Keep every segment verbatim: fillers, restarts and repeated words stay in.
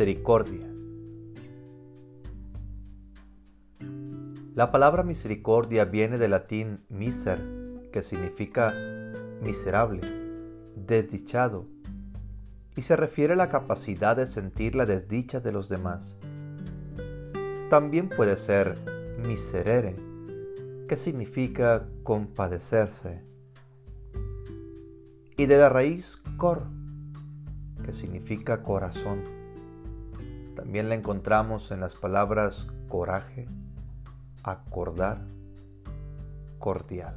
Misericordia. La palabra misericordia viene del latín miser, que significa miserable, desdichado, y se refiere a la capacidad de sentir la desdicha de los demás. También puede ser miserere, que significa compadecerse, y de la raíz cor, que significa corazón. También la encontramos en las palabras coraje, acordar, cordial.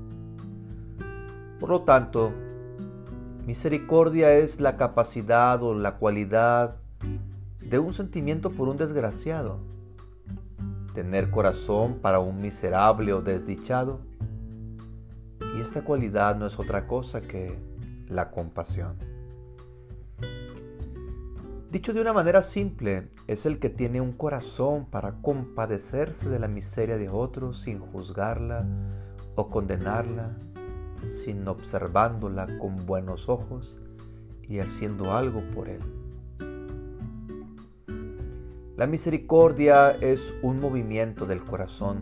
Por lo tanto, misericordia es la capacidad o la cualidad de un sentimiento por un desgraciado. Tener corazón para un miserable o desdichado. Y esta cualidad no es otra cosa que la compasión. Dicho de una manera simple, es el que tiene un corazón para compadecerse de la miseria de otros sin juzgarla o condenarla, sino observándola con buenos ojos y haciendo algo por él. La misericordia es un movimiento del corazón,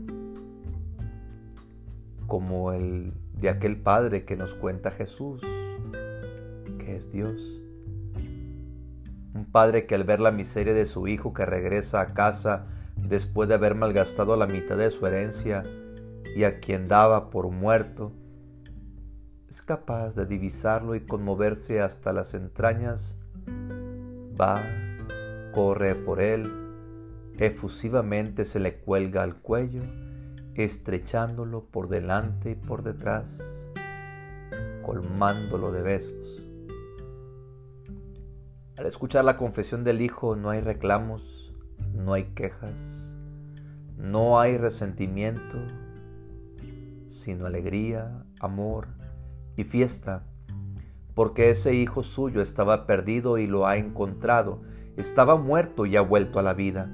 como el de aquel padre que nos cuenta Jesús, que es Dios. Un padre que al ver la miseria de su hijo que regresa a casa después de haber malgastado la mitad de su herencia y a quien daba por muerto, es capaz de divisarlo y conmoverse hasta las entrañas. Va, corre por él, efusivamente se le cuelga al cuello, estrechándolo por delante y por detrás, colmándolo de besos. Al escuchar la confesión del hijo no hay reclamos, no hay quejas, no hay resentimiento, sino alegría, amor y fiesta, porque ese hijo suyo estaba perdido y lo ha encontrado, estaba muerto y ha vuelto a la vida.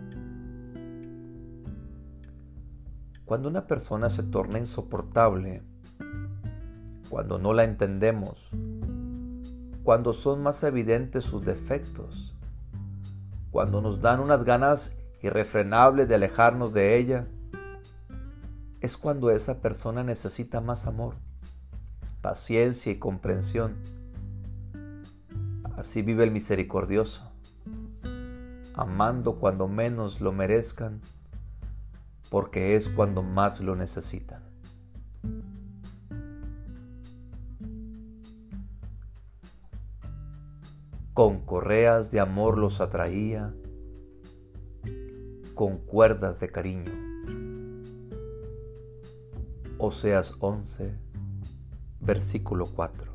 Cuando una persona se torna insoportable, cuando no la entendemos, cuando son más evidentes sus defectos, cuando nos dan unas ganas irrefrenables de alejarnos de ella, es cuando esa persona necesita más amor, paciencia y comprensión. Así vive el misericordioso, amando cuando menos lo merezcan, porque es cuando más lo necesitan. Con correas de amor los atraía, con cuerdas de cariño. Oseas once, versículo cuatro.